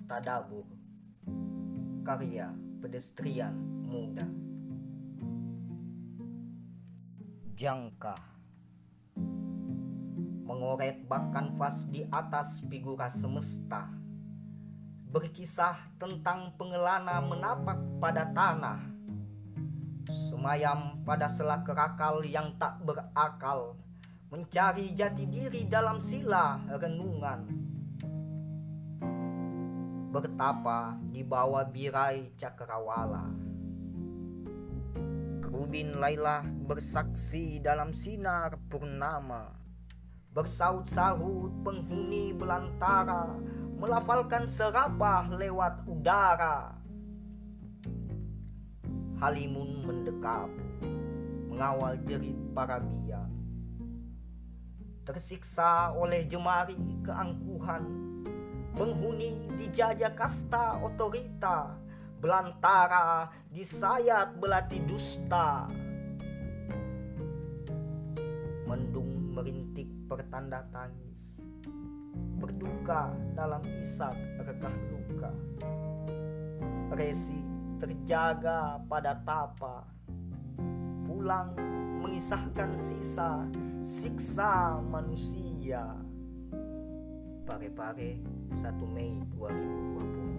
Tadabur, karya pedestrian muda. Jangka mengorek bak kanvas di atas figura semesta, berkisah tentang pengelana menapak pada tanah, semayam pada sela kerakal yang tak berakal, mencari jati diri dalam sila renungan, bertapa di bawah birai cakrawala. Kerubin Laila bersaksi dalam sinar purnama, bersaut-saut penghuni belantara, melafalkan serapah lewat udara. Halimun mendekap, mengawal jerit para biang, tersiksa oleh jemari keangkuhan, penghuni dijajah kasta otorita, belantara disayat belati dusta. Mendung merintik pertanda tangis, berduka dalam isak rekah luka. Resi terjaga pada tapa, pulang mengisahkan sisa siksa manusia. Parepare 1 Mei 2020.